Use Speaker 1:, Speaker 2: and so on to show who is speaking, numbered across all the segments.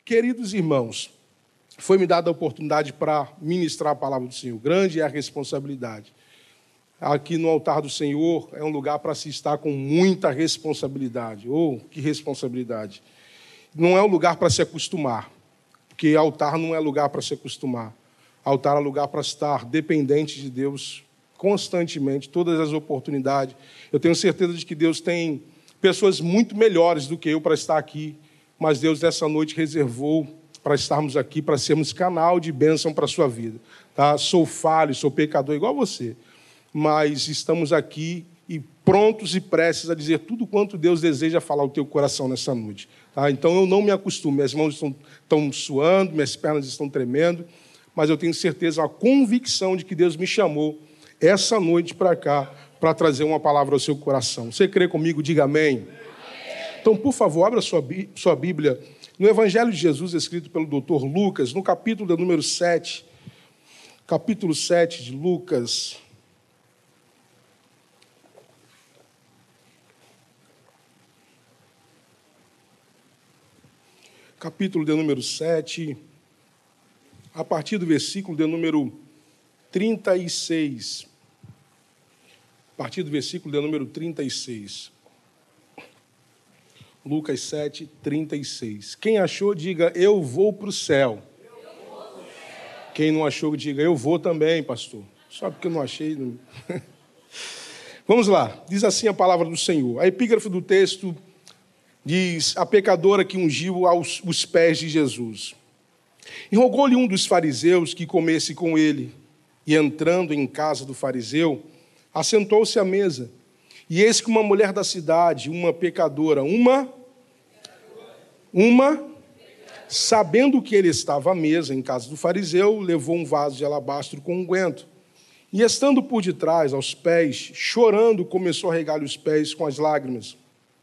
Speaker 1: Queridos irmãos, foi-me dada a oportunidade para ministrar a palavra do Senhor. Grande é a responsabilidade. Aqui no altar do Senhor é um lugar para se estar com muita responsabilidade. Oh, que responsabilidade! Não é um lugar para se acostumar, porque altar não é lugar para se acostumar. Altar é lugar para estar dependente de Deus constantemente, todas as oportunidades. Eu tenho certeza de que Deus tem pessoas muito melhores do que eu para estar aqui, mas Deus nessa noite reservou para estarmos aqui, para sermos canal de bênção para a sua vida. Tá? Sou falho, sou pecador igual a você, mas estamos aqui e prontos e prestes a dizer tudo quanto Deus deseja falar ao teu coração nessa noite. Tá? Então eu não me acostumo, minhas mãos estão suando, minhas pernas estão tremendo, mas eu tenho certeza, a convicção de que Deus me chamou essa noite para cá, para trazer uma palavra ao seu coração. Você crê comigo? Diga amém. Então, por favor, abra sua Bíblia no Evangelho de Jesus, escrito pelo Dr. Lucas, no capítulo de número 7. Capítulo 7 de Lucas. Capítulo de número 7, a partir do versículo de número 36. A partir do versículo de número 36. Lucas 7, 36. Quem achou, diga, eu vou para o céu. Quem não achou, diga, eu vou também, pastor. Só porque eu não achei. Não... Vamos lá. Diz assim a palavra do Senhor. A epígrafe do texto diz, a pecadora que ungiu os pés de Jesus. E rogou-lhe um dos fariseus que comesse com ele. E entrando em casa do fariseu, assentou-se à mesa. E eis que uma mulher da cidade, uma pecadora, sabendo que ele estava à mesa em casa do fariseu, levou um vaso de alabastro com unguento. E estando por detrás, aos pés, chorando, começou a regar-lhe os pés com as lágrimas.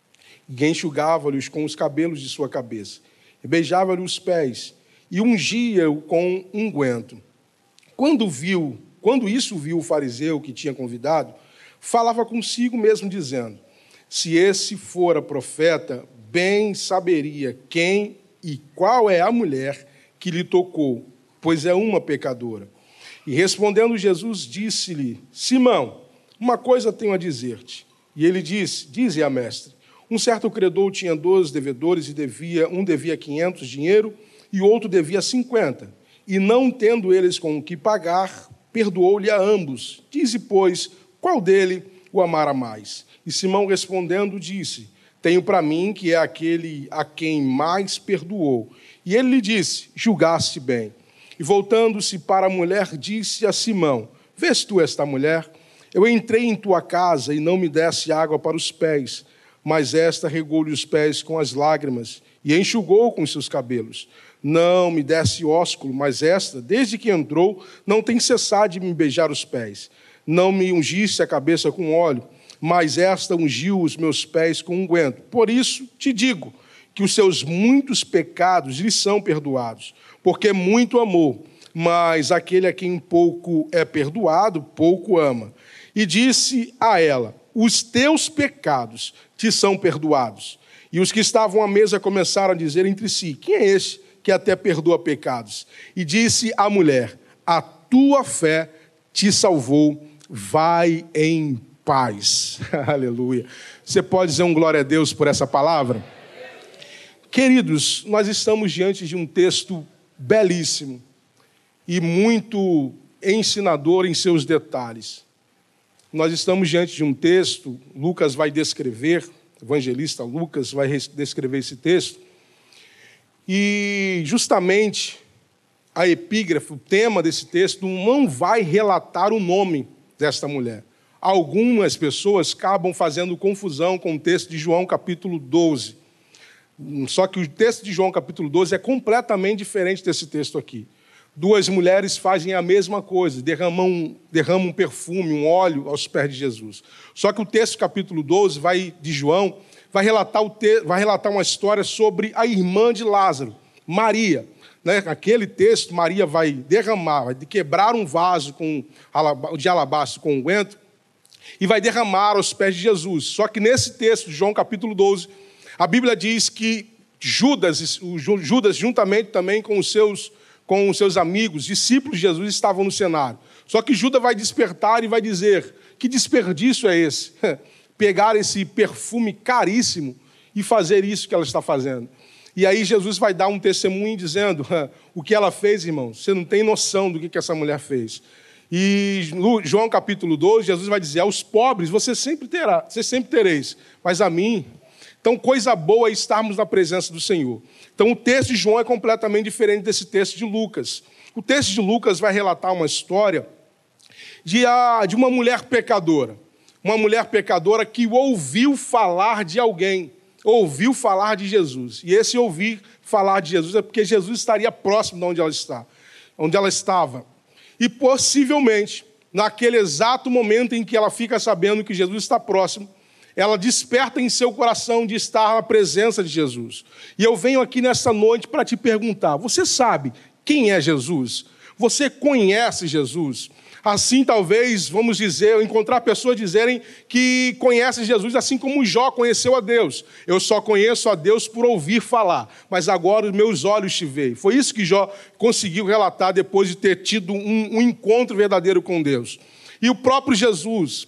Speaker 1: E enxugava-lhes com os cabelos de sua cabeça. E beijava-lhe os pés, e ungia-o com unguento. Quando isso viu o fariseu que tinha convidado, falava consigo mesmo, dizendo, se esse fora profeta, bem saberia quem e qual é a mulher que lhe tocou, pois é uma pecadora. E respondendo Jesus, disse-lhe, Simão, uma coisa tenho a dizer-te. E ele disse, dize a mestre, um certo credor tinha 12 devedores e um devia 500 dinheiro e outro devia 50. E não tendo eles com o que pagar, perdoou-lhe a ambos. Dize, pois, qual dele o amara mais? E Simão respondendo disse, tenho para mim que é aquele a quem mais perdoou. E ele lhe disse, julgaste bem. E voltando-se para a mulher, disse a Simão, vês tu esta mulher? Eu entrei em tua casa e não me desse água para os pés, mas esta regou-lhe os pés com as lágrimas e enxugou com os seus cabelos. Não me desse ósculo, mas esta, desde que entrou, não tem cessado de me beijar os pés. Não me ungisse a cabeça com óleo, mas esta ungiu os meus pés com unguento. Por isso te digo que os seus muitos pecados lhe são perdoados, porque muito amou, mas aquele a quem pouco é perdoado, pouco ama. E disse a ela, os teus pecados te são perdoados. E os que estavam à mesa começaram a dizer entre si, quem é esse que até perdoa pecados? E disse a mulher, a tua fé te salvou, vai em paz. Aleluia. Você pode dizer um glória a Deus por essa palavra? Queridos, nós estamos diante de um texto belíssimo e muito ensinador em seus detalhes. Nós estamos diante de um texto, Lucas vai descrever, o evangelista Lucas vai descrever esse texto, e justamente a epígrafe, o tema desse texto, não vai relatar o nome desta mulher. Algumas pessoas acabam fazendo confusão com o texto de João capítulo 12. Só que o texto de João capítulo 12 é completamente diferente desse texto aqui. Duas mulheres fazem a mesma coisa, derramam um perfume, um óleo aos pés de Jesus. Só que o texto capítulo 12 de João vai relatar uma história sobre a irmã de Lázaro, Maria. Naquele texto, Maria vai quebrar um vaso de alabastro com unguento e vai derramar aos pés de Jesus. Só que nesse texto de João capítulo 12, a Bíblia diz que Judas juntamente também com os seus amigos, discípulos de Jesus, estavam no cenário. Só que Judas vai despertar e vai dizer: que desperdício é esse? Pegar esse perfume caríssimo e fazer isso que ela está fazendo. E aí Jesus vai dar um testemunho dizendo: o que ela fez, irmão, você não tem noção do que essa mulher fez. E no João capítulo 12, Jesus vai dizer: aos pobres vocês sempre tereis, mas a mim... Então, coisa boa é estarmos na presença do Senhor. Então, o texto de João é completamente diferente desse texto de Lucas. O texto de Lucas vai relatar uma história de uma mulher pecadora. Uma mulher pecadora que ouviu falar de alguém, ouviu falar de Jesus. E esse ouvir falar de Jesus é porque Jesus estaria próximo de onde ela estava. E possivelmente, naquele exato momento em que ela fica sabendo que Jesus está próximo, ela desperta em seu coração de estar na presença de Jesus. E eu venho aqui nessa noite para te perguntar: você sabe quem é Jesus? Você conhece Jesus? Assim, talvez, vamos dizer, encontrar pessoas dizerem que conhecem Jesus assim como Jó conheceu a Deus. Eu só conheço a Deus por ouvir falar, mas agora os meus olhos te veem. Foi isso que Jó conseguiu relatar depois de ter tido um encontro verdadeiro com Deus. E o próprio Jesus,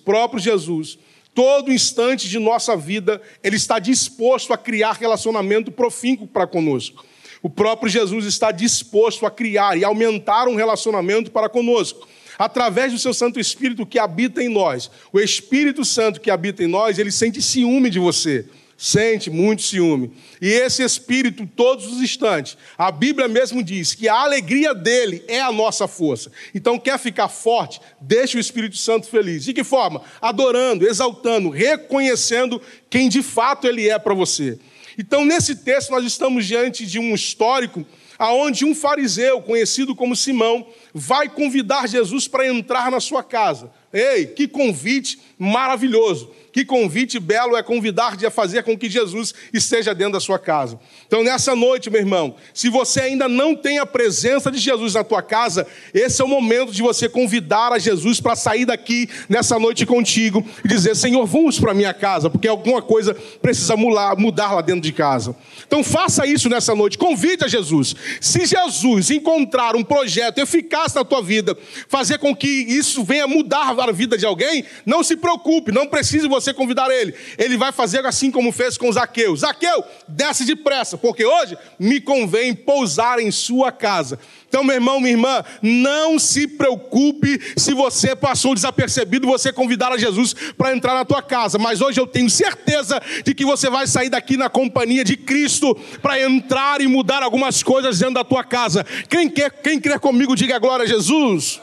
Speaker 1: todo instante de nossa vida, Ele está disposto a criar relacionamento profícuo para conosco. O próprio Jesus está disposto a criar e aumentar um relacionamento para conosco, através do seu Santo Espírito que habita em nós. O Espírito Santo que habita em nós, ele sente ciúme de você. Sente muito ciúme. E esse Espírito, todos os instantes, a Bíblia mesmo diz que a alegria dele é a nossa força. Então, quer ficar forte? Deixe o Espírito Santo feliz. De que forma? Adorando, exaltando, reconhecendo quem de fato ele é para você. Então, nesse texto, nós estamos diante de um histórico aonde um fariseu, conhecido como Simão, vai convidar Jesus para entrar na sua casa. Ei, que convite maravilhoso! Que convite belo é convidar a fazer com que Jesus esteja dentro da sua casa. Então, nessa noite, meu irmão, se você ainda não tem a presença de Jesus na tua casa, esse é o momento de você convidar a Jesus para sair daqui nessa noite contigo e dizer: Senhor, vamos para a minha casa, porque alguma coisa precisa mudar lá dentro de casa. Então, faça isso nessa noite, convide a Jesus. Se Jesus encontrar um projeto eficaz na tua vida, fazer com que isso venha mudar a vida de alguém, não se preocupe, não precise você convidar ele. Ele vai fazer assim como fez com Zaqueu. Zaqueu, desce depressa, porque hoje me convém pousar em sua casa. Então, meu irmão, minha irmã, não se preocupe se você passou desapercebido você convidar a Jesus para entrar na tua casa. Mas hoje eu tenho certeza de que você vai sair daqui na companhia de Cristo para entrar e mudar algumas coisas dentro da tua casa. Quem crê comigo, diga glória a Jesus.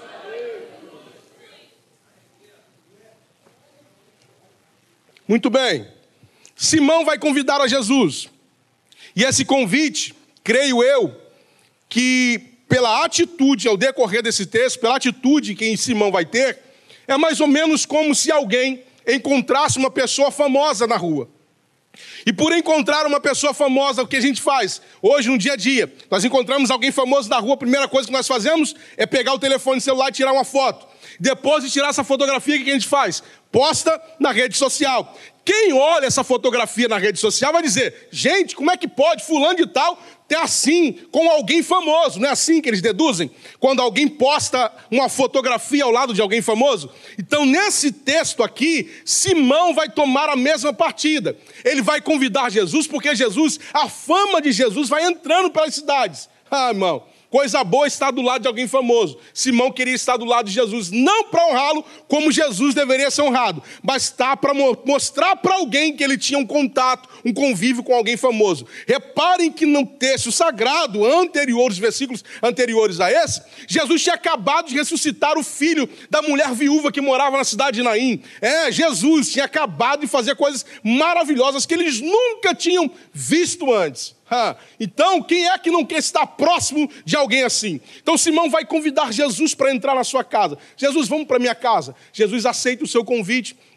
Speaker 1: Muito bem, Simão vai convidar a Jesus, e esse convite, creio eu, que pela atitude, ao decorrer desse texto, pela atitude que Simão vai ter, é mais ou menos como se alguém encontrasse uma pessoa famosa na rua. E por encontrar uma pessoa famosa, o que a gente faz? Hoje, no dia a dia, nós encontramos alguém famoso na rua, a primeira coisa que nós fazemos é pegar o telefone celular e tirar uma foto. Depois de tirar essa fotografia, o que a gente faz? Posta na rede social. Quem olha essa fotografia na rede social vai dizer: gente, como é que pode fulano de tal ter assim com alguém famoso? Não é assim que eles deduzem? Quando alguém posta uma fotografia ao lado de alguém famoso? Então, nesse texto aqui, Simão vai tomar a mesma partida. Ele vai convidar Jesus, porque Jesus, a fama de Jesus vai entrando pelas cidades. Ah, irmão, coisa boa estar do lado de alguém famoso. Simão queria estar do lado de Jesus, não para honrá-lo como Jesus deveria ser honrado, mas para mostrar para alguém que ele tinha um contato, um convívio com alguém famoso. Reparem que no texto sagrado anterior, os versículos anteriores a esse, Jesus tinha acabado de ressuscitar o filho da mulher viúva que morava na cidade de Naim. Jesus tinha acabado de fazer coisas maravilhosas que eles nunca tinham visto antes. Então, quem é que não quer estar próximo de alguém assim? Então, Simão vai convidar Jesus para entrar na sua casa. Jesus, vamos para a minha casa. Jesus aceita o seu convite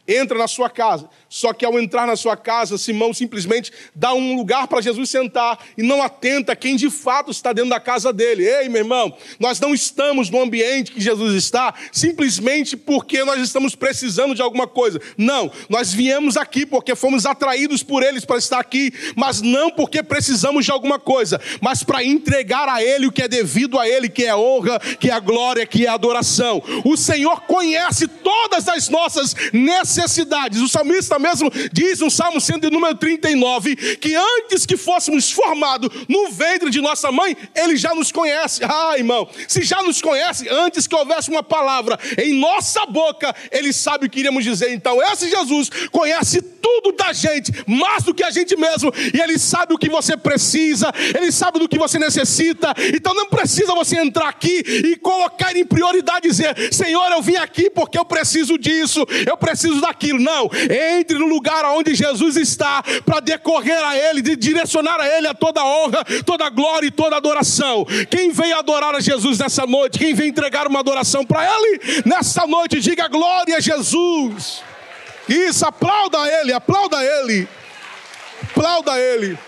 Speaker 1: entra na sua casa. Só que ao entrar na sua casa, Simão simplesmente dá um lugar para Jesus sentar e não atenta a quem de fato está dentro da casa dele. Ei, meu irmão, nós não estamos no ambiente que Jesus está simplesmente porque nós estamos precisando de alguma coisa. Não, nós viemos aqui porque fomos atraídos por eles para estar aqui, mas não porque precisamos de alguma coisa, mas para entregar a ele o que é devido a ele, que é a honra, que é a glória, que é a adoração. O Senhor conhece todas as nossas necessidades. O salmista mesmo diz no Salmo 139 que antes que fôssemos formados no ventre de nossa mãe, Ele já nos conhece. Irmão, se já nos conhece, antes que houvesse uma palavra em nossa boca, Ele sabe o que iríamos dizer. Então esse Jesus conhece tudo da gente, mais do que a gente mesmo, e Ele sabe o que você precisa, Ele sabe do que você necessita. Então não precisa você entrar aqui e colocar em prioridade, dizer: Senhor, eu vim aqui porque eu preciso disso, eu preciso daquilo. Não, entre no lugar onde Jesus está, para decorrer a Ele, de direcionar a Ele a toda honra, toda glória e toda adoração. Quem veio adorar a Jesus nessa noite, quem veio entregar uma adoração para Ele nessa noite, diga glória a Jesus. Isso, aplauda Ele, aplauda Ele, aplauda Ele.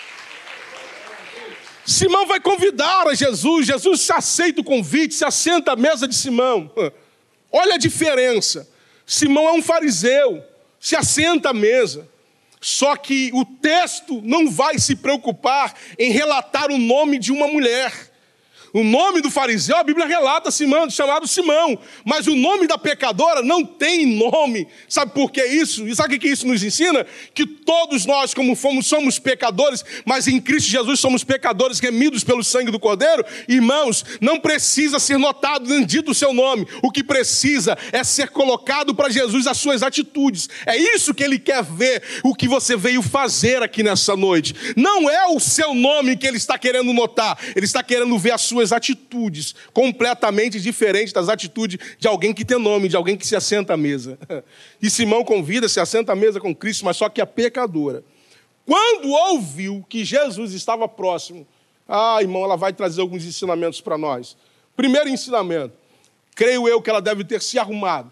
Speaker 1: Simão vai convidar a Jesus, Jesus se aceita o convite, se assenta à mesa de Simão. Olha a diferença. Simão é um fariseu, se assenta à mesa. Só que o texto não vai se preocupar em relatar o nome de uma mulher. O nome do fariseu, a Bíblia relata Simão, chamado Simão. Mas o nome da pecadora não tem nome. Sabe por que isso? E sabe o que isso nos ensina? Que todos nós, como somos pecadores, mas em Cristo Jesus somos pecadores remidos pelo sangue do Cordeiro. Irmãos, não precisa ser notado nem dito o seu nome. O que precisa é ser colocado para Jesus as suas atitudes. É isso que Ele quer ver, o que você veio fazer aqui nessa noite. Não é o seu nome que Ele está querendo notar. Ele está querendo ver as suas atitudes, completamente diferentes das atitudes de alguém que tem nome, de alguém que se assenta à mesa. E Simão convida, se assenta à mesa com Cristo, mas só que a pecadora, quando ouviu que Jesus estava próximo, irmão, ela vai trazer alguns ensinamentos para nós. Primeiro ensinamento, creio eu que ela deve ter se arrumado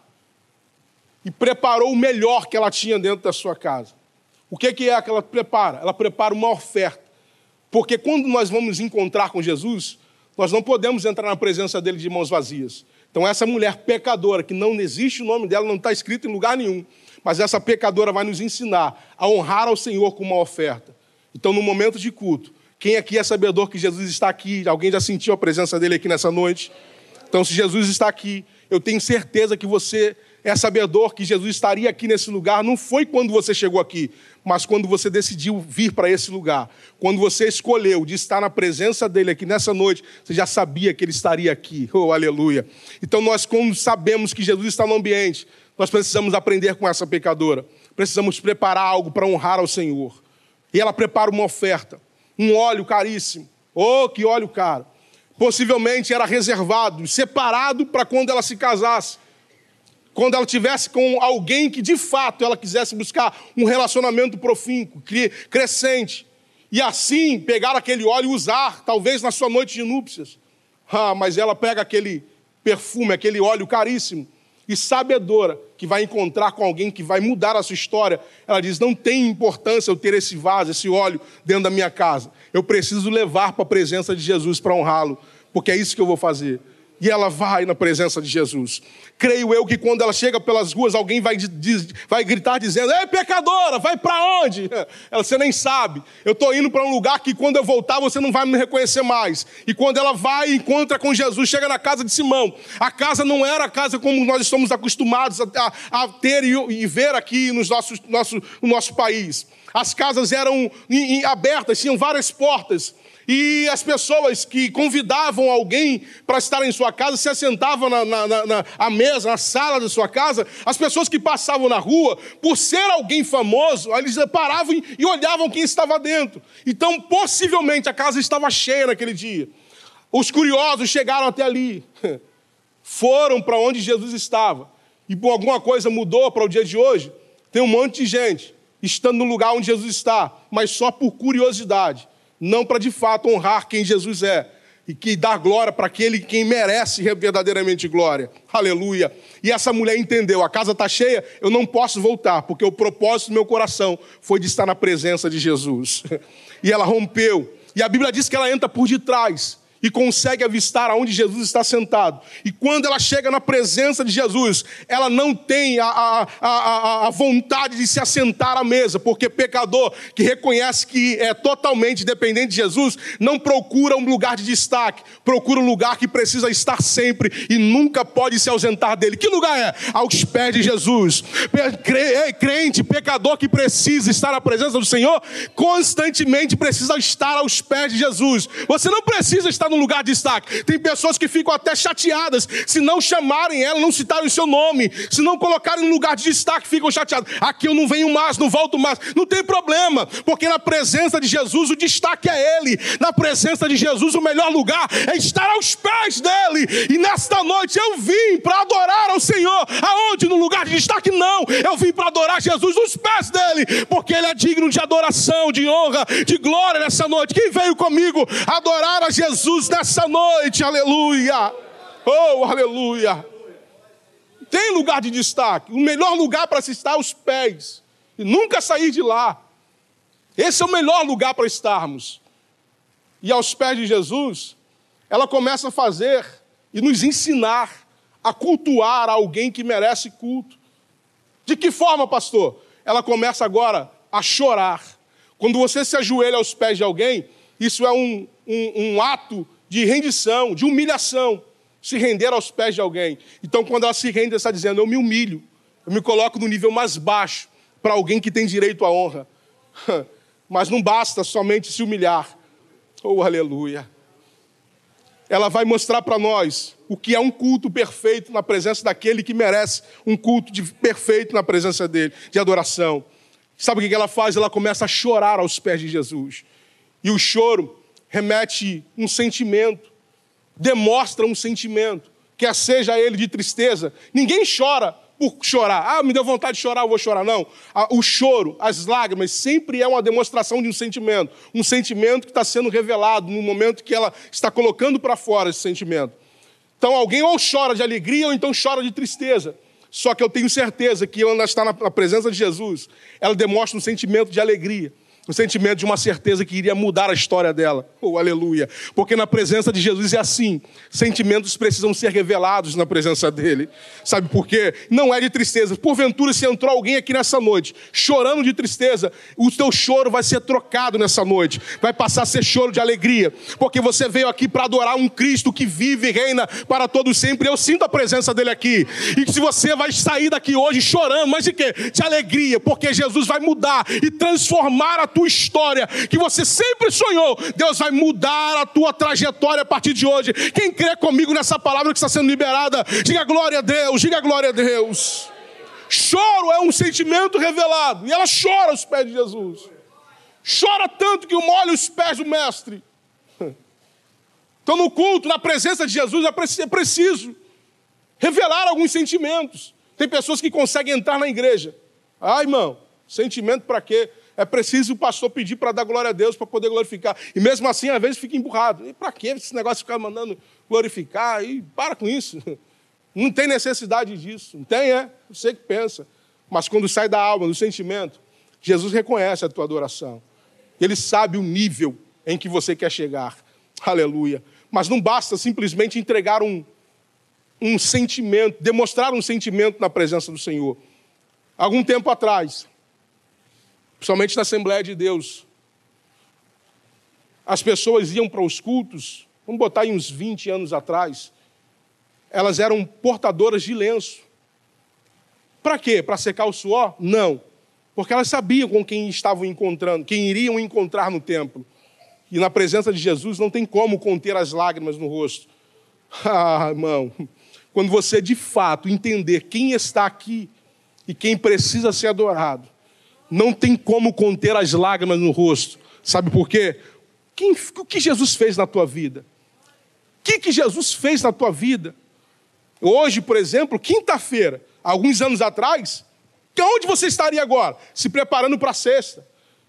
Speaker 1: e preparou o melhor que ela tinha dentro da sua casa. O que é que ela prepara? Ela prepara uma oferta, porque quando nós vamos encontrar com Jesus, nós não podemos entrar na presença dele de mãos vazias. Então essa mulher pecadora, que não existe o nome dela, não está escrito em lugar nenhum, mas essa pecadora vai nos ensinar a honrar ao Senhor com uma oferta. Então no momento de culto, quem aqui é sabedor que Jesus está aqui? Alguém já sentiu a presença dele aqui nessa noite? Então se Jesus está aqui, eu tenho certeza que você é sabedor que Jesus estaria aqui nesse lugar. Não foi quando você chegou aqui, mas quando você decidiu vir para esse lugar. Quando você escolheu de estar na presença dele aqui nessa noite, você já sabia que ele estaria aqui. Oh, aleluia. Então nós, quando sabemos que Jesus está no ambiente, nós precisamos aprender com essa pecadora. Precisamos preparar algo para honrar ao Senhor. E ela prepara uma oferta, um óleo caríssimo. Oh, que óleo caro. Possivelmente era reservado, separado para quando ela se casasse. Quando ela estivesse com alguém que, de fato, ela quisesse buscar um relacionamento profícuo, crescente. E assim, pegar aquele óleo e usar, talvez na sua noite de núpcias. Mas ela pega aquele perfume, aquele óleo caríssimo, e sabedora que vai encontrar com alguém que vai mudar a sua história. Ela diz: não tem importância eu ter esse vaso, esse óleo dentro da minha casa. Eu preciso levar para a presença de Jesus para honrá-lo, porque é isso que eu vou fazer. E ela vai na presença de Jesus. Creio eu que quando ela chega pelas ruas, alguém vai gritar dizendo: ei, pecadora, vai para onde? Você nem sabe. Eu estou indo para um lugar que quando eu voltar você não vai me reconhecer mais. E quando ela vai e encontra com Jesus, chega na casa de Simão. A casa não era a casa como nós estamos acostumados a ter e ver aqui no nosso país. As casas eram abertas, tinham várias portas. E as pessoas que convidavam alguém para estar em sua casa se assentavam na mesa, na sala da sua casa. As pessoas que passavam na rua, por ser alguém famoso, eles paravam e olhavam quem estava dentro. Então, possivelmente, a casa estava cheia naquele dia. Os curiosos chegaram até ali, foram para onde Jesus estava. E por alguma coisa mudou para o dia de hoje, tem um monte de gente estando no lugar onde Jesus está, mas só por curiosidade. Não para de fato honrar quem Jesus é. e que dá glória para aquele quem merece verdadeiramente glória. Aleluia. E essa mulher entendeu, a casa está cheia, eu não posso voltar, porque o propósito do meu coração foi de estar na presença de Jesus. E ela rompeu. E a Bíblia diz que ela entra por detrás e consegue avistar aonde Jesus está sentado. E quando ela chega na presença de Jesus, ela não tem a vontade de se assentar à mesa, porque pecador que reconhece que é totalmente dependente de Jesus, não procura um lugar de destaque, procura um lugar que precisa estar sempre e nunca pode se ausentar dele. Que lugar é? Aos pés de Jesus. Crente, pecador que precisa estar na presença do Senhor, constantemente precisa estar aos pés de Jesus. Você não precisa estar no lugar de destaque. Tem pessoas que ficam até chateadas se não chamarem ela, não citarem o seu nome, se não colocarem no lugar de destaque, ficam chateadas. Aqui eu não venho mais, não volto mais. Não tem problema, porque na presença de Jesus o destaque é Ele. Na presença de Jesus o melhor lugar é estar aos pés dEle. E nesta noite eu vim para adorar ao Senhor. Aonde? No lugar de destaque? Não. Eu vim para adorar Jesus nos pés dEle, porque Ele é digno de adoração, de honra, de glória nessa noite. Quem veio comigo adorar a Jesus nessa noite? Aleluia! Oh, aleluia! Tem lugar de destaque. O melhor lugar para se estar aos pés e nunca sair de lá. Esse é o melhor lugar para estarmos. E aos pés de Jesus, ela começa a fazer e nos ensinar a cultuar alguém que merece culto. De que forma, pastor? Ela começa agora a chorar. Quando você se ajoelha aos pés de alguém, isso é um ato de rendição, de humilhação. Se render aos pés de alguém. Então, quando ela se rende, ela está dizendo, eu me humilho. Eu me coloco no nível mais baixo para alguém que tem direito à honra. Mas não basta somente se humilhar. Oh, aleluia. Ela vai mostrar para nós o que é um culto perfeito na presença daquele que merece um culto perfeito na presença dele, de adoração. Sabe o que ela faz? Ela começa a chorar aos pés de Jesus. E o choro remete um sentimento, demonstra um sentimento, quer seja ele de tristeza. Ninguém chora por chorar. Me deu vontade de chorar, eu vou chorar. Não. O choro, as lágrimas, sempre é uma demonstração de um sentimento que está sendo revelado no momento que ela está colocando para fora esse sentimento. Então alguém ou chora de alegria ou então chora de tristeza. Só que eu tenho certeza que ela está na presença de Jesus, ela demonstra um sentimento de alegria. Um sentimento de uma certeza que iria mudar a história dela. Oh, aleluia. Porque na presença de Jesus é assim. Sentimentos precisam ser revelados na presença dele. Sabe por quê? Não é de tristeza. Porventura, se entrou alguém aqui nessa noite chorando de tristeza, o teu choro vai ser trocado nessa noite. Vai passar a ser choro de alegria. Porque você veio aqui para adorar um Cristo que vive e reina para todos sempre. Eu sinto a presença dele aqui. E se você vai sair daqui hoje chorando, mas de quê? De alegria. Porque Jesus vai mudar e transformar a tua história, que você sempre sonhou. Deus vai mudar a tua trajetória a partir de hoje. Quem crê comigo nessa palavra que está sendo liberada, diga glória a Deus, diga glória a Deus. Choro é um sentimento revelado, e ela chora aos pés de Jesus. Chora tanto que molha os pés do mestre. Então no culto, na presença de Jesus, é preciso revelar alguns sentimentos. Tem pessoas que conseguem entrar na igreja. Irmão, sentimento para quê? É preciso o pastor pedir para dar glória a Deus, para poder glorificar. E mesmo assim, às vezes, fica emburrado. E para que esse negócio de ficar mandando glorificar? E para com isso. Não tem necessidade disso. Não tem, Você que pensa. Mas quando sai da alma, do sentimento, Jesus reconhece a tua adoração. Ele sabe o nível em que você quer chegar. Aleluia. Mas não basta simplesmente entregar um sentimento, demonstrar um sentimento na presença do Senhor. Algum tempo atrás, principalmente na Assembleia de Deus, as pessoas iam para os cultos, vamos botar aí uns 20 anos atrás, elas eram portadoras de lenço. Para quê? Para secar o suor? Não. Porque elas sabiam com quem estavam encontrando, quem iriam encontrar no templo. E na presença de Jesus não tem como conter as lágrimas no rosto. Irmão, quando você de fato entender quem está aqui e quem precisa ser adorado, não tem como conter as lágrimas no rosto. Sabe por quê? O que Jesus fez na tua vida? O que Jesus fez na tua vida? Hoje, por exemplo, quinta-feira, alguns anos atrás, onde você estaria agora? Se preparando para a sexta.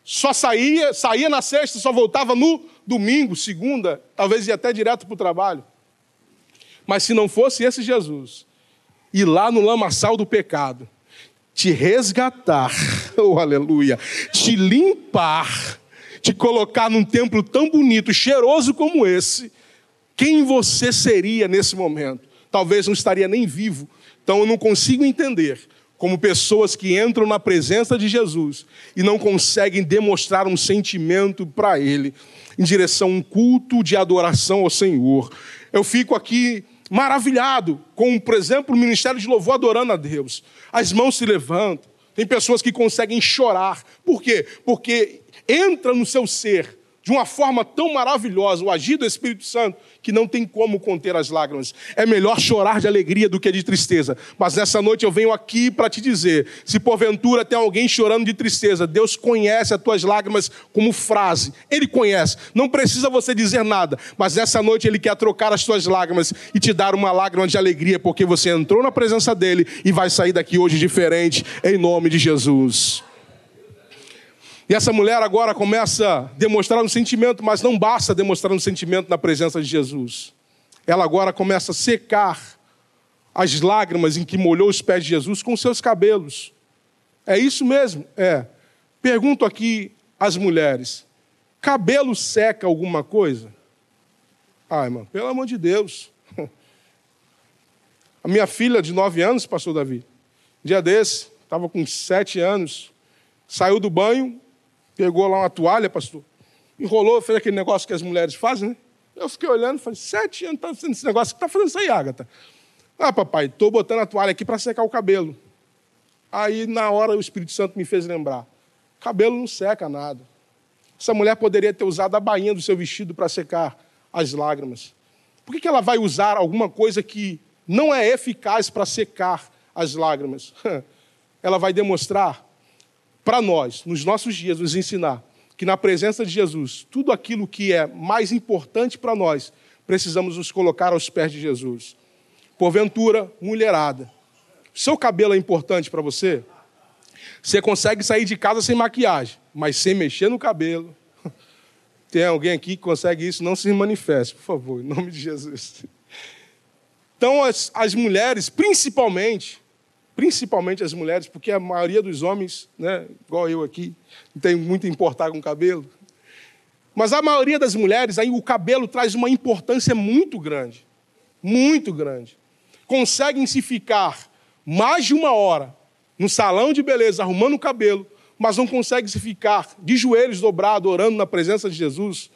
Speaker 1: só saía na sexta, só voltava no domingo, segunda, talvez ia até direto para o trabalho. Mas se não fosse esse Jesus, ir lá no lamaçal do pecado, te resgatar, oh aleluia, te limpar, te colocar num templo tão bonito, cheiroso como esse, quem você seria nesse momento? Talvez não estaria nem vivo. Então eu não consigo entender como pessoas que entram na presença de Jesus e não conseguem demonstrar um sentimento para Ele, em direção a um culto de adoração ao Senhor. Eu fico aqui maravilhado com, por exemplo, o ministério de louvor adorando a Deus. As mãos se levantam, tem pessoas que conseguem chorar. Por quê? Porque entra no seu ser de uma forma tão maravilhosa o agir do Espírito Santo que não tem como conter as lágrimas. É melhor chorar de alegria do que de tristeza. Mas nessa noite eu venho aqui para te dizer, se porventura tem alguém chorando de tristeza, Deus conhece as tuas lágrimas como frase. Ele conhece. Não precisa você dizer nada. Mas nessa noite Ele quer trocar as tuas lágrimas e te dar uma lágrima de alegria, porque você entrou na presença dEle e vai sair daqui hoje diferente, em nome de Jesus. E essa mulher agora começa a demonstrar um sentimento, mas não basta demonstrar um sentimento na presença de Jesus. Ela agora começa a secar as lágrimas em que molhou os pés de Jesus com seus cabelos. É isso mesmo? É. Pergunto aqui às mulheres, cabelo seca alguma coisa? Ai, irmão, pelo amor de Deus. A minha filha de 9 anos, pastor Davi, dia desse, estava com 7 anos, saiu do banho, pegou lá uma toalha, pastor, enrolou, fez aquele negócio que as mulheres fazem, né? Eu fiquei olhando e falei, 7 anos, está fazendo esse negócio, o que está fazendo isso aí, Ágata? Ah, papai, estou botando a toalha aqui para secar o cabelo. Aí, na hora, o Espírito Santo me fez lembrar, cabelo não seca nada. Essa mulher poderia ter usado a bainha do seu vestido para secar as lágrimas. Por que ela vai usar alguma coisa que não é eficaz para secar as lágrimas? Ela vai demonstrar para nós, nos nossos dias, nos ensinar que na presença de Jesus, tudo aquilo que é mais importante para nós, precisamos nos colocar aos pés de Jesus. Porventura, mulherada, seu cabelo é importante para você? Você consegue sair de casa sem maquiagem, mas sem mexer no cabelo. Tem alguém aqui que consegue isso? Não se manifeste, por favor, em nome de Jesus. Então, as mulheres, principalmente as mulheres, porque a maioria dos homens, né, igual eu aqui, não tem muito a importar com o cabelo. Mas a maioria das mulheres, aí o cabelo traz uma importância muito grande. Muito grande. Conseguem se ficar mais de 1 hora no salão de beleza, arrumando o cabelo, mas não conseguem se ficar de joelhos dobrados, orando na presença de Jesus,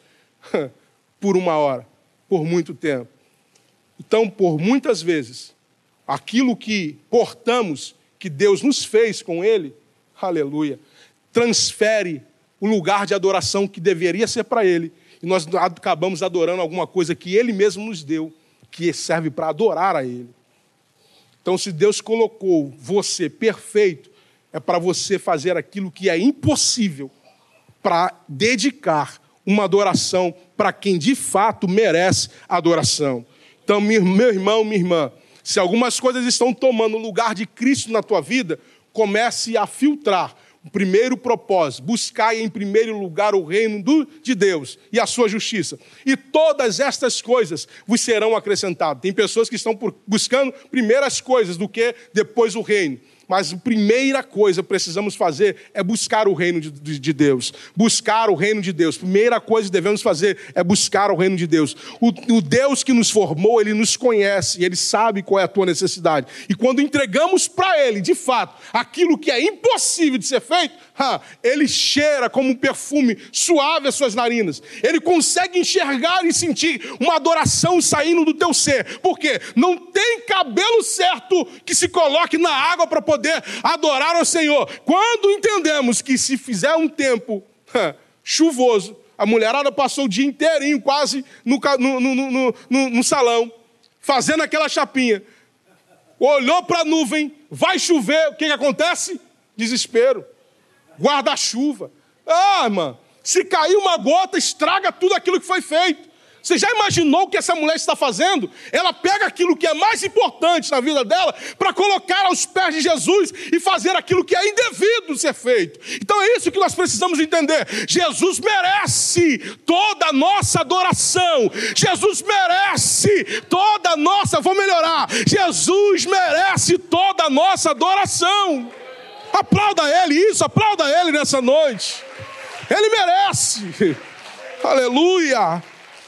Speaker 1: por 1 hora, por muito tempo. Então, por muitas vezes, aquilo que portamos, que Deus nos fez com Ele, aleluia, transfere o lugar de adoração que deveria ser para Ele, e nós acabamos adorando alguma coisa que Ele mesmo nos deu, que serve para adorar a Ele. Então, se Deus colocou você perfeito, é para você fazer aquilo que é impossível, para dedicar uma adoração para quem de fato merece adoração. Então, meu irmão, minha irmã, se algumas coisas estão tomando o lugar de Cristo na tua vida, comece a filtrar o primeiro propósito, buscar em primeiro lugar o reino de Deus e a sua justiça. E todas estas coisas vos serão acrescentadas. Tem pessoas que estão buscando primeiras coisas do que depois o reino. Mas a primeira coisa que precisamos fazer é buscar o reino de Deus. Buscar o reino de Deus. Primeira coisa que devemos fazer é buscar o reino de Deus. O Deus que nos formou, Ele nos conhece, Ele sabe qual é a tua necessidade. E quando entregamos para Ele, de fato, aquilo que é impossível de ser feito, Ele cheira como um perfume suave às suas narinas. Ele consegue enxergar e sentir uma adoração saindo do teu ser. Por quê? Não tem cabelo certo que se coloque na água para poder adorar ao Senhor. Quando entendemos que se fizer um tempo chuvoso, a mulherada passou o dia inteirinho quase no salão, fazendo aquela chapinha. Olhou para a nuvem, vai chover, o que acontece? Desespero. Guarda-chuva. Irmão, se cair uma gota, estraga tudo aquilo que foi feito. Você já imaginou o que essa mulher está fazendo? Ela pega aquilo que é mais importante na vida dela para colocar aos pés de Jesus e fazer aquilo que é indevido ser feito. Então é isso que nós precisamos entender. Jesus merece toda a nossa adoração. Jesus merece toda a nossa... Vou melhorar. Jesus merece toda a nossa adoração. Aplauda Ele isso, aplauda Ele nessa noite. Ele merece. Aleluia.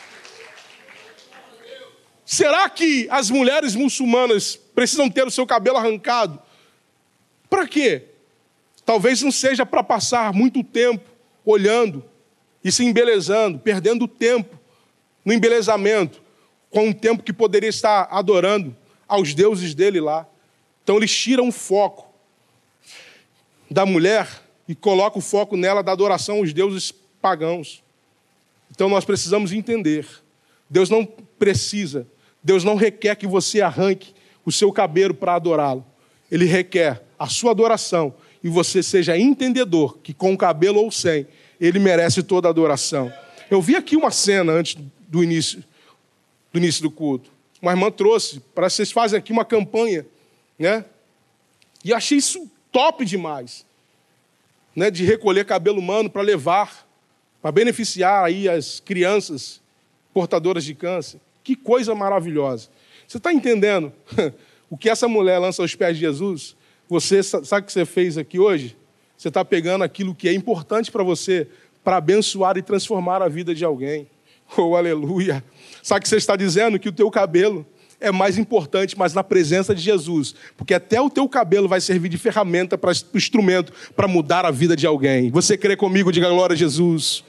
Speaker 1: Será que as mulheres muçulmanas precisam ter o seu cabelo arrancado? Para quê? Talvez não seja para passar muito tempo olhando e se embelezando, perdendo tempo no embelezamento, com um tempo que poderia estar adorando aos deuses dele lá. Então eles tiram o foco da mulher e colocam o foco nela da adoração aos deuses pagãos. Então nós precisamos entender. Deus não requer que você arranque o seu cabelo para adorá-lo. Ele requer a sua adoração e você seja entendedor que com o cabelo ou sem, ele merece toda a adoração. Eu vi aqui uma cena antes do início do culto. Uma irmã trouxe, para vocês fazem aqui uma campanha, né? E achei isso top demais, né? De recolher cabelo humano para levar, para beneficiar aí as crianças portadoras de câncer. Que coisa maravilhosa. Você está entendendo o que essa mulher lança aos pés de Jesus? Você sabe o que você fez aqui hoje? Você está pegando aquilo que é importante para você, para abençoar e transformar a vida de alguém. Oh, aleluia. Sabe o que você está dizendo? Que o teu cabelo é mais importante, mas na presença de Jesus. Porque até o teu cabelo vai servir de ferramenta, para instrumento, para mudar a vida de alguém. Você crê comigo? Diga glória a Jesus.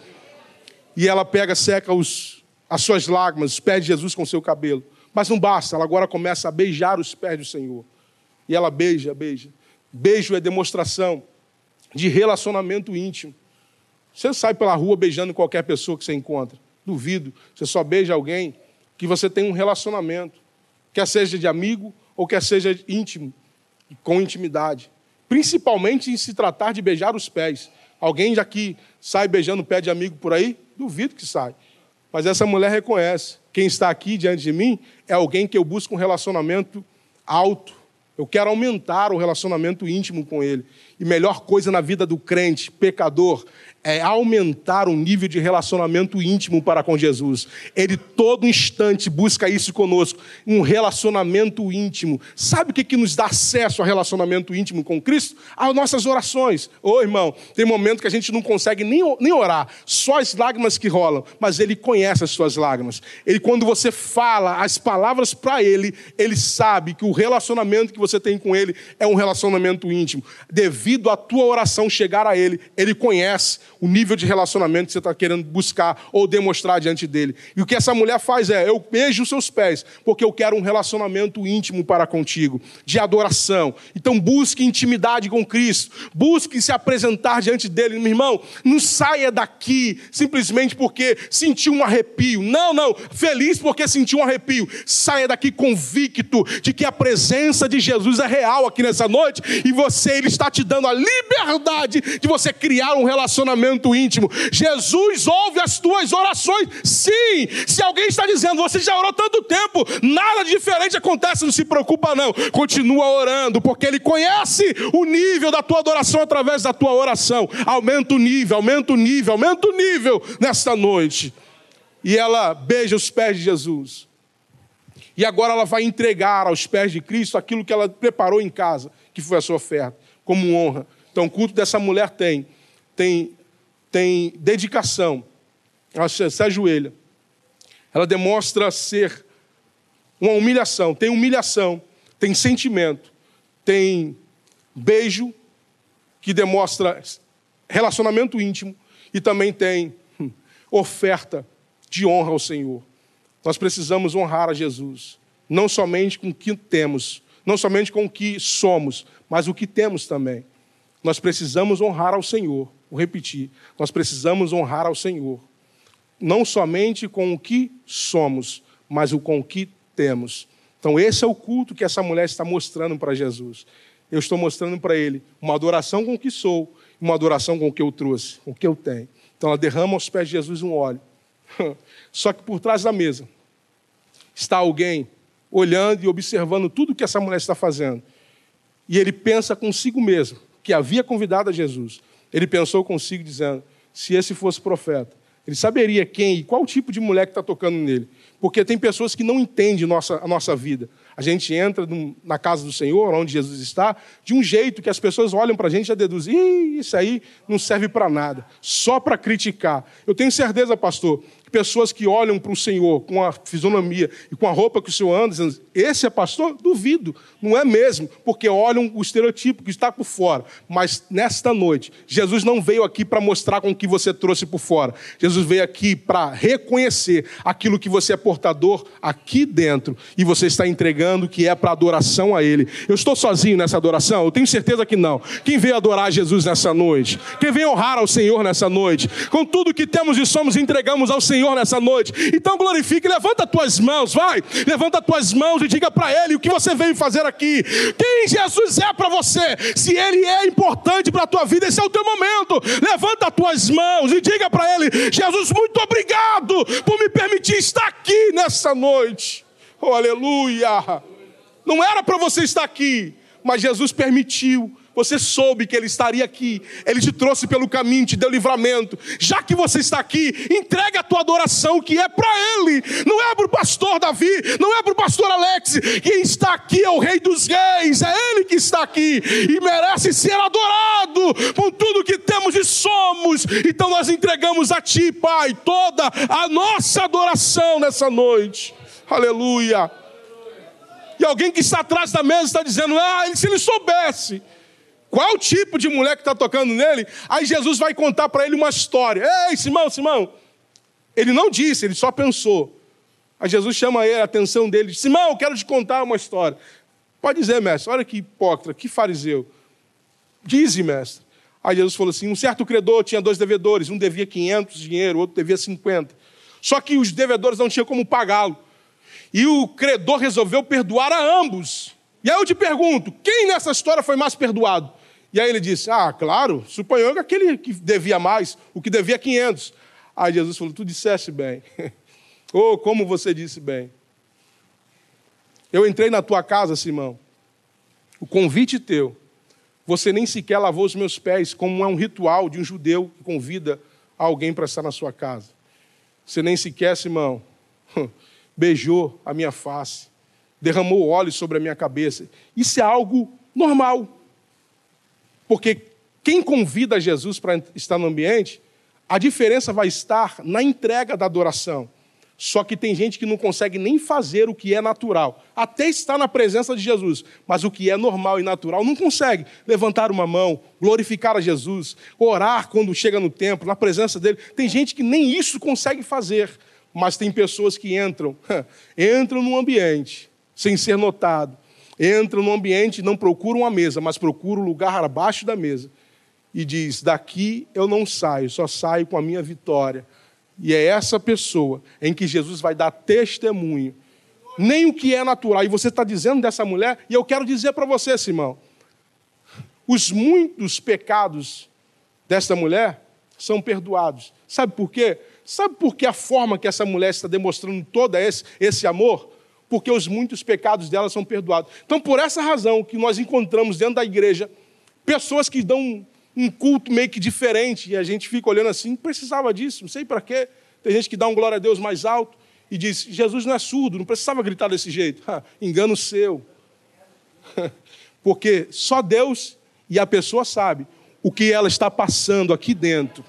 Speaker 1: E ela pega, seca as suas lágrimas, os pés de Jesus com o seu cabelo. Mas não basta, ela agora começa a beijar os pés do Senhor. E ela beija. Beijo é demonstração de relacionamento íntimo. Você não sai pela rua beijando qualquer pessoa que você encontra. Duvido. Você só beija alguém que você tem um relacionamento. Quer seja de amigo ou quer seja íntimo, com intimidade. Principalmente em se tratar de beijar os pés. Alguém daqui sai beijando o pé de amigo por aí? Duvido que sai. Mas essa mulher reconhece. Quem está aqui diante de mim é alguém que eu busco um relacionamento alto. Eu quero aumentar o relacionamento íntimo com ele. E melhor coisa na vida do crente, pecador, é aumentar o nível de relacionamento íntimo para com Jesus. Ele todo instante busca isso conosco, um relacionamento íntimo. Sabe o que nos dá acesso ao relacionamento íntimo com Cristo? As nossas orações. Ô irmão, tem momento que a gente não consegue nem orar, só as lágrimas que rolam, mas Ele conhece as suas lágrimas. Ele, quando você fala as palavras para Ele, Ele sabe que o relacionamento que você tem com Ele é um relacionamento íntimo. Devido à tua oração chegar a Ele, Ele conhece o nível de relacionamento que você está querendo buscar ou demonstrar diante dele. E o que essa mulher faz é, eu beijo os seus pés, porque eu quero um relacionamento íntimo para contigo, de adoração. Então busque intimidade com Cristo, busque se apresentar diante dele. Meu irmão, não saia daqui simplesmente porque sentiu um arrepio. Não, feliz porque sentiu um arrepio. Saia daqui convicto de que a presença de Jesus é real aqui nessa noite e ele está te dando a liberdade de você criar um relacionamento íntimo. Jesus ouve as tuas orações. Sim, se alguém está dizendo, você já orou tanto tempo, nada de diferente acontece, não se preocupa não. Continua orando, porque Ele conhece o nível da tua adoração através da tua oração. Aumenta o nível nesta noite. E ela beija os pés de Jesus. E agora ela vai entregar aos pés de Cristo aquilo que ela preparou em casa, que foi a sua oferta, como honra. Então o culto dessa mulher tem dedicação. Ela se ajoelha. Ela demonstra ser uma humilhação. Tem humilhação, tem sentimento, tem beijo, que demonstra relacionamento íntimo, e também tem oferta de honra ao Senhor. Nós precisamos honrar a Jesus, não somente com o que temos, não somente com o que somos, mas o que temos também. Nós precisamos honrar ao Senhor. Vou repetir, nós precisamos honrar ao Senhor, não somente com o que somos, mas com o que temos. Então esse é o culto que essa mulher está mostrando para Jesus. Eu estou mostrando para ele uma adoração com o que sou, uma adoração com o que eu trouxe, com o que eu tenho. Então ela derrama aos pés de Jesus um óleo. Só que por trás da mesa está alguém olhando e observando tudo que essa mulher está fazendo. E ele pensa consigo mesmo, que havia convidado a Jesus. Ele pensou consigo dizendo, se esse fosse profeta, ele saberia quem e qual tipo de mulher que está tocando nele. Porque tem pessoas que não entendem a nossa vida. A gente entra na casa do Senhor, onde Jesus está, de um jeito que as pessoas olham para a gente e já deduzem, isso aí não serve para nada, só para criticar. Eu tenho certeza, pastor, que pessoas que olham para o Senhor com a fisionomia e com a roupa que o Senhor anda, dizendo, esse é pastor? Duvido, não é mesmo, porque olham o estereotipo que está por fora. Mas nesta noite, Jesus não veio aqui para mostrar com o que você trouxe por fora. Jesus veio aqui para reconhecer aquilo que você é portador aqui dentro e você está entregando que é para adoração a Ele. Eu estou sozinho nessa adoração? Eu tenho certeza que não. Quem veio adorar Jesus nessa noite? Quem veio honrar ao Senhor nessa noite? Com tudo que temos e somos, entregamos ao Senhor nessa noite. Então glorifique, levanta as tuas mãos, vai. Levanta as tuas mãos e diga para Ele o que você veio fazer aqui. Quem Jesus é para você? Se Ele é importante para a tua vida, esse é o teu momento. Levanta as tuas mãos e diga para Ele, Jesus, muito obrigado por me permitir estar aqui nessa noite. Oh, aleluia! Não era para você estar aqui, mas Jesus permitiu. Você soube que Ele estaria aqui. Ele te trouxe pelo caminho, te deu livramento. Já que você está aqui, entrega a tua adoração que é para Ele. Não é para o pastor Davi, não é para o pastor Alex. Quem está aqui é o Rei dos Reis. É Ele que está aqui e merece ser adorado com tudo que temos e somos. Então nós entregamos a Ti, Pai, toda a nossa adoração nessa noite. Aleluia. E alguém que está atrás da mesa está dizendo, se ele soubesse qual tipo de mulher que está tocando nele, aí Jesus vai contar para ele uma história. Ei, Simão. Ele não disse, ele só pensou. Aí Jesus chama a atenção dele, diz, Simão, eu quero te contar uma história. Pode dizer, mestre, olha que hipócrita, que fariseu. Dize, mestre. Aí Jesus falou assim, um certo credor tinha 2 devedores, um devia 500 dinheiro, outro devia 50. Só que os devedores não tinham como pagá-lo. E o credor resolveu perdoar a ambos. E aí eu te pergunto, quem nessa história foi mais perdoado? E aí ele disse, claro, suponho que aquele que devia mais, o que devia 500. Aí Jesus falou, tu disseste bem. Oh, como você disse bem. Eu entrei na tua casa, Simão. O convite teu. Você nem sequer lavou os meus pés, como é um ritual de um judeu que convida alguém para estar na sua casa. Você nem sequer, Simão, beijou a minha face, derramou óleo sobre a minha cabeça. Isso é algo normal. Porque quem convida Jesus para estar no ambiente, a diferença vai estar na entrega da adoração. Só que tem gente que não consegue nem fazer o que é natural. Até estar na presença de Jesus, mas o que é normal e natural não consegue. Levantar uma mão, glorificar a Jesus, orar quando chega no templo, na presença dele. Tem gente que nem isso consegue fazer. Mas tem pessoas que entram no ambiente sem ser notado. Entram no ambiente e não procuram a mesa, mas procuram o lugar abaixo da mesa. E diz, daqui eu não saio, só saio com a minha vitória. E é essa pessoa em que Jesus vai dar testemunho. Nem o que é natural. E você está dizendo dessa mulher, e eu quero dizer para você, Simão, os muitos pecados desta mulher são perdoados. Sabe por quê? Sabe por que a forma que essa mulher está demonstrando todo esse amor? Porque os muitos pecados dela são perdoados. Então, por essa razão que nós encontramos dentro da igreja pessoas que dão um culto meio que diferente e a gente fica olhando assim, não precisava disso, não sei para quê. Tem gente que dá um glória a Deus mais alto e diz, Jesus não é surdo, não precisava gritar desse jeito. Engano seu. Porque só Deus e a pessoa sabe o que ela está passando aqui dentro.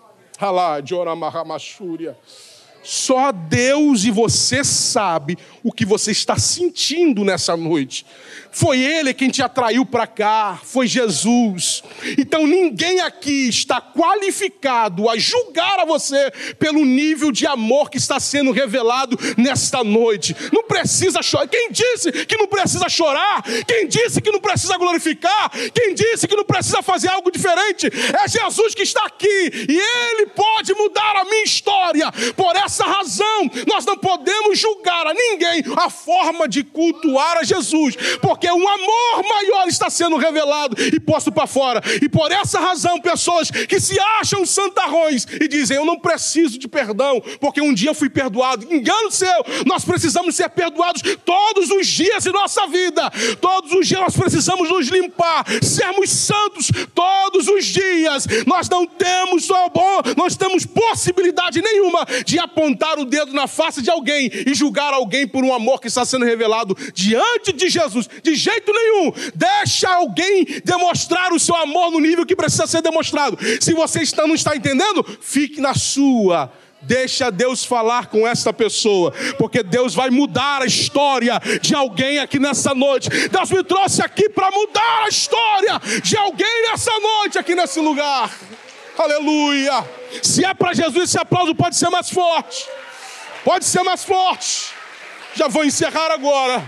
Speaker 1: Só Deus e você sabe o que você está sentindo nessa noite. Foi Ele quem te atraiu para cá, foi Jesus. Então ninguém aqui está qualificado a julgar a você pelo nível de amor que está sendo revelado nesta noite. Não precisa chorar. Quem disse que não precisa chorar? Quem disse que não precisa glorificar? Quem disse que não precisa fazer algo diferente? É Jesus que está aqui e Ele pode mudar a minha história. Por essa essa razão, nós não podemos julgar a ninguém a forma de cultuar a Jesus, porque um amor maior está sendo revelado e posto para fora. E por essa razão, pessoas que se acham santarrões e dizem, eu não preciso de perdão, porque um dia eu fui perdoado. Engano seu, nós precisamos ser perdoados todos os dias de nossa vida. Todos os dias nós precisamos nos limpar, sermos santos todos os dias. Nós não temos possibilidade nenhuma de apontar o dedo na face de alguém e julgar alguém por um amor que está sendo revelado diante de Jesus. De jeito nenhum. Deixa alguém demonstrar o seu amor no nível que precisa ser demonstrado. Se você não está entendendo, fique na sua. Deixa Deus falar com essa pessoa, porque Deus vai mudar a história de alguém aqui nessa noite. Deus me trouxe aqui para mudar a história de alguém nessa noite, aqui nesse lugar. Aleluia! Se é para Jesus, esse aplauso pode ser mais forte. Pode ser mais forte. Já vou encerrar agora.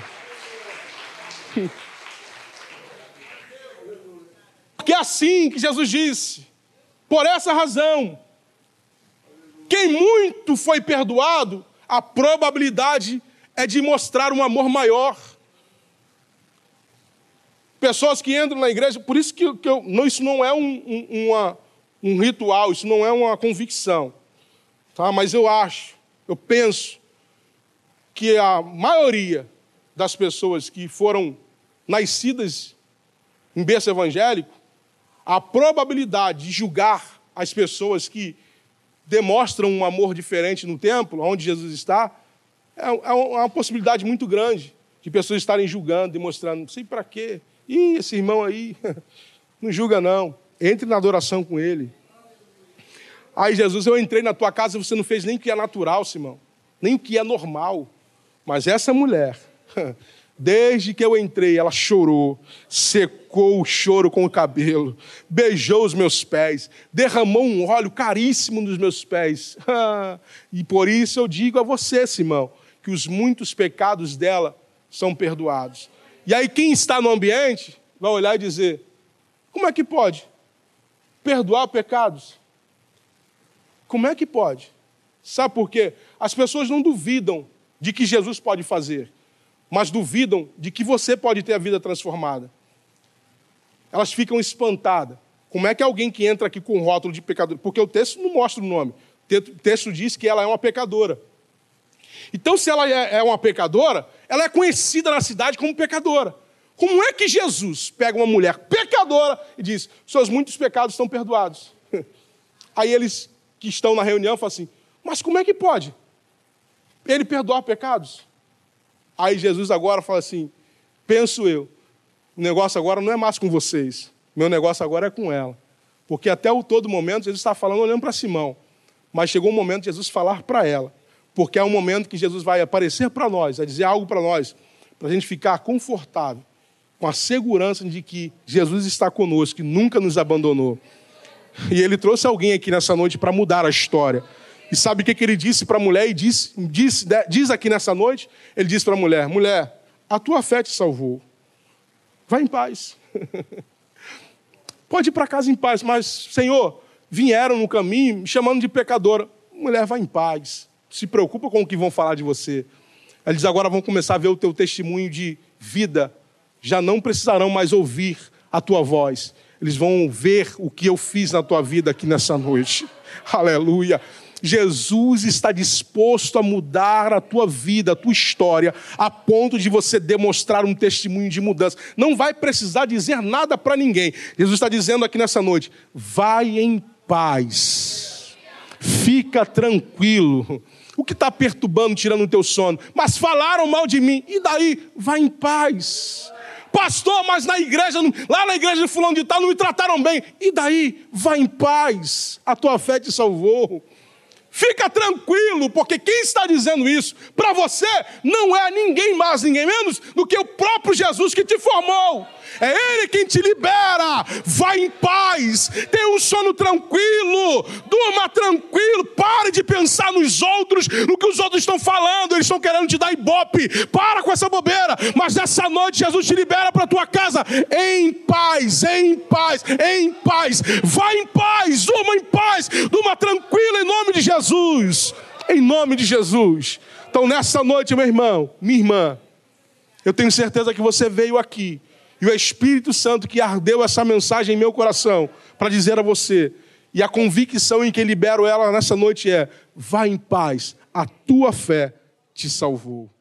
Speaker 1: Porque é assim que Jesus disse. Por essa razão, quem muito foi perdoado, a probabilidade é de mostrar um amor maior. Pessoas que entram na igreja, por isso que isso não é um ritual, isso não é uma convicção. Tá? Mas eu penso que a maioria das pessoas que foram nascidas em berço evangélico, a probabilidade de julgar as pessoas que demonstram um amor diferente no templo, onde Jesus está, é uma possibilidade muito grande de pessoas estarem julgando, demonstrando, não sei para quê. Ih, esse irmão aí, não julga não. Entre na adoração com ele. Aí, Jesus, eu entrei na tua casa e você não fez nem o que é natural, Simão. Nem o que é normal. Mas essa mulher, desde que eu entrei, ela chorou, secou o choro com o cabelo, beijou os meus pés, derramou um óleo caríssimo nos meus pés. E por isso eu digo a você, Simão, que os muitos pecados dela são perdoados. E aí quem está no ambiente vai olhar e dizer, como é que pode perdoar pecados? Como é que pode? Sabe por quê? As pessoas não duvidam de que Jesus pode fazer, mas duvidam de que você pode ter a vida transformada. Elas ficam espantadas. Como é que alguém que entra aqui com um rótulo de pecador? Porque o texto não mostra o nome. O texto diz que ela é uma pecadora. Então, se ela é uma pecadora, ela é conhecida na cidade como pecadora. Como é que Jesus pega uma mulher pecadora e diz, seus muitos pecados estão perdoados? Aí eles que estão na reunião falam assim, mas como é que pode ele perdoar pecados? Aí Jesus agora fala assim, penso eu, o negócio agora não é mais com vocês, meu negócio agora é com ela. Porque até todo momento Jesus está falando olhando para Simão, mas chegou o momento de Jesus falar para ela, porque é um momento que Jesus vai aparecer para nós, vai dizer algo para nós, para a gente ficar confortável, com a segurança de que Jesus está conosco, que nunca nos abandonou. E ele trouxe alguém aqui nessa noite para mudar a história. E sabe o que ele disse para a mulher? E diz aqui nessa noite, ele disse para a mulher, mulher, a tua fé te salvou. Vai em paz. Pode ir para casa em paz, mas, Senhor, vieram no caminho me chamando de pecadora. Mulher, vai em paz. Se preocupa com o que vão falar de você. Ele diz, agora vão começar a ver o teu testemunho de vida. Já não precisarão mais ouvir a tua voz. Eles vão ver o que eu fiz na tua vida aqui nessa noite. Aleluia. Jesus está disposto a mudar a tua vida, a tua história, a ponto de você demonstrar um testemunho de mudança. Não vai precisar dizer nada para ninguém. Jesus está dizendo aqui nessa noite, vai em paz. Fica tranquilo. O que está perturbando, tirando o teu sono? Mas falaram mal de mim. E daí? Vai em paz. Pastor, mas lá na igreja de fulano de tal não me trataram bem. E daí? Vai em paz. A tua fé te salvou. Fica tranquilo, porque quem está dizendo isso para você não é ninguém mais, ninguém menos do que o próprio Jesus que te formou. É Ele quem te libera. Vai em paz, tenha um sono tranquilo, durma tranquilo, pare de pensar nos outros, no que os outros estão falando, eles estão querendo te dar ibope. Para com essa bobeira, mas nessa noite Jesus te libera para a tua casa em paz, em paz, em paz. Vai em paz, durma tranquilo em nome de Jesus. Em nome de Jesus. Então, nessa noite, meu irmão, minha irmã, eu tenho certeza que você veio aqui e o Espírito Santo que ardeu essa mensagem em meu coração para dizer a você, e a convicção em que libero ela nessa noite é: vá em paz, a tua fé te salvou.